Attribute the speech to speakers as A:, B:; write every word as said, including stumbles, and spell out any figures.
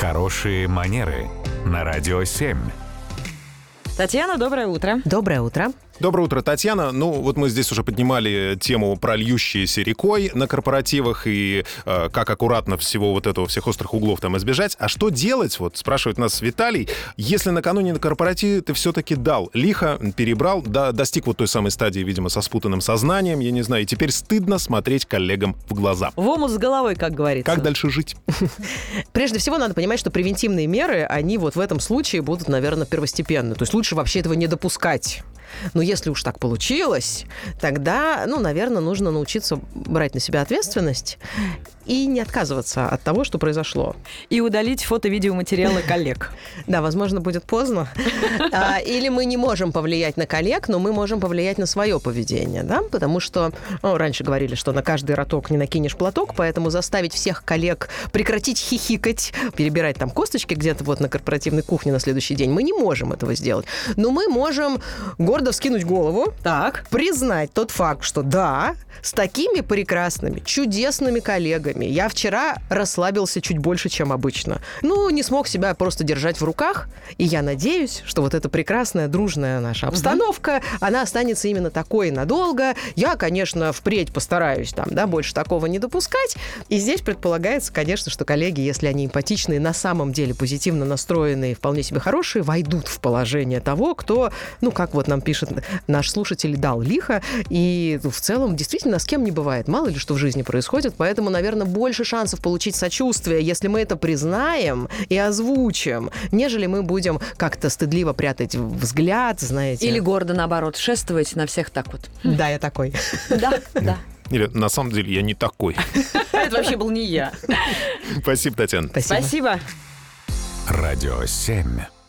A: Хорошие манеры на Радио семь.
B: Татьяна, доброе утро.
C: Доброе утро.
D: Доброе утро, Татьяна. Ну, вот мы здесь уже поднимали тему про льющиеся рекой на корпоративах и э, как аккуратно всего вот этого, всех острых углов там избежать. А что делать, вот спрашивает нас Виталий, если накануне на корпоративе ты все-таки дал лихо, перебрал, да, достиг вот той самой стадии, видимо, со спутанным сознанием, я не знаю, и теперь стыдно смотреть коллегам в глаза.
B: В омут с головой, как говорится.
D: Как дальше жить?
C: Прежде всего, надо понимать, что превентивные меры, они вот в этом случае будут, наверное, первостепенны. То есть лучше вообще этого не допускать. Но если уж так получилось, тогда, ну, наверное, нужно научиться брать на себя ответственность и не отказываться от того, что произошло.
B: И удалить фото-видеоматериалы коллег.
C: Да, возможно, будет поздно. Или мы не можем повлиять на коллег, но мы можем повлиять на свое поведение, да, потому что, ну, раньше говорили, что на каждый роток не накинешь платок, поэтому заставить всех коллег прекратить хихикать, перебирать там косточки где-то вот на корпоративной кухне на следующий день, мы не можем этого сделать. Но мы можем гордо вскинуть голову,
B: так,
C: признать тот факт, что да, с такими прекрасными, чудесными коллегами я вчера расслабился чуть больше, чем обычно. Ну, не смог себя просто держать в руках, и я надеюсь, что вот эта прекрасная, дружная наша обстановка, угу. она останется именно такой надолго. Я, конечно, впредь постараюсь там, да, больше такого не допускать. И здесь предполагается, конечно, что коллеги, если они эмпатичные, на самом деле позитивно настроенные, вполне себе хорошие, войдут в положение того, кто, ну, как вот нам пишет наш слушатель, дал лихо, и в целом действительно с кем не бывает. Мало ли что в жизни происходит, поэтому, наверное, больше шансов получить сочувствие, если мы это признаем и озвучим, нежели мы будем как-то стыдливо прятать взгляд, знаете.
B: Или гордо, наоборот, шествовать на всех так вот.
C: Да, я такой.
B: Да, да.
D: Или на самом деле я не такой.
B: Это вообще был не я.
D: Спасибо, Татьяна.
B: Спасибо.
A: Радио семь.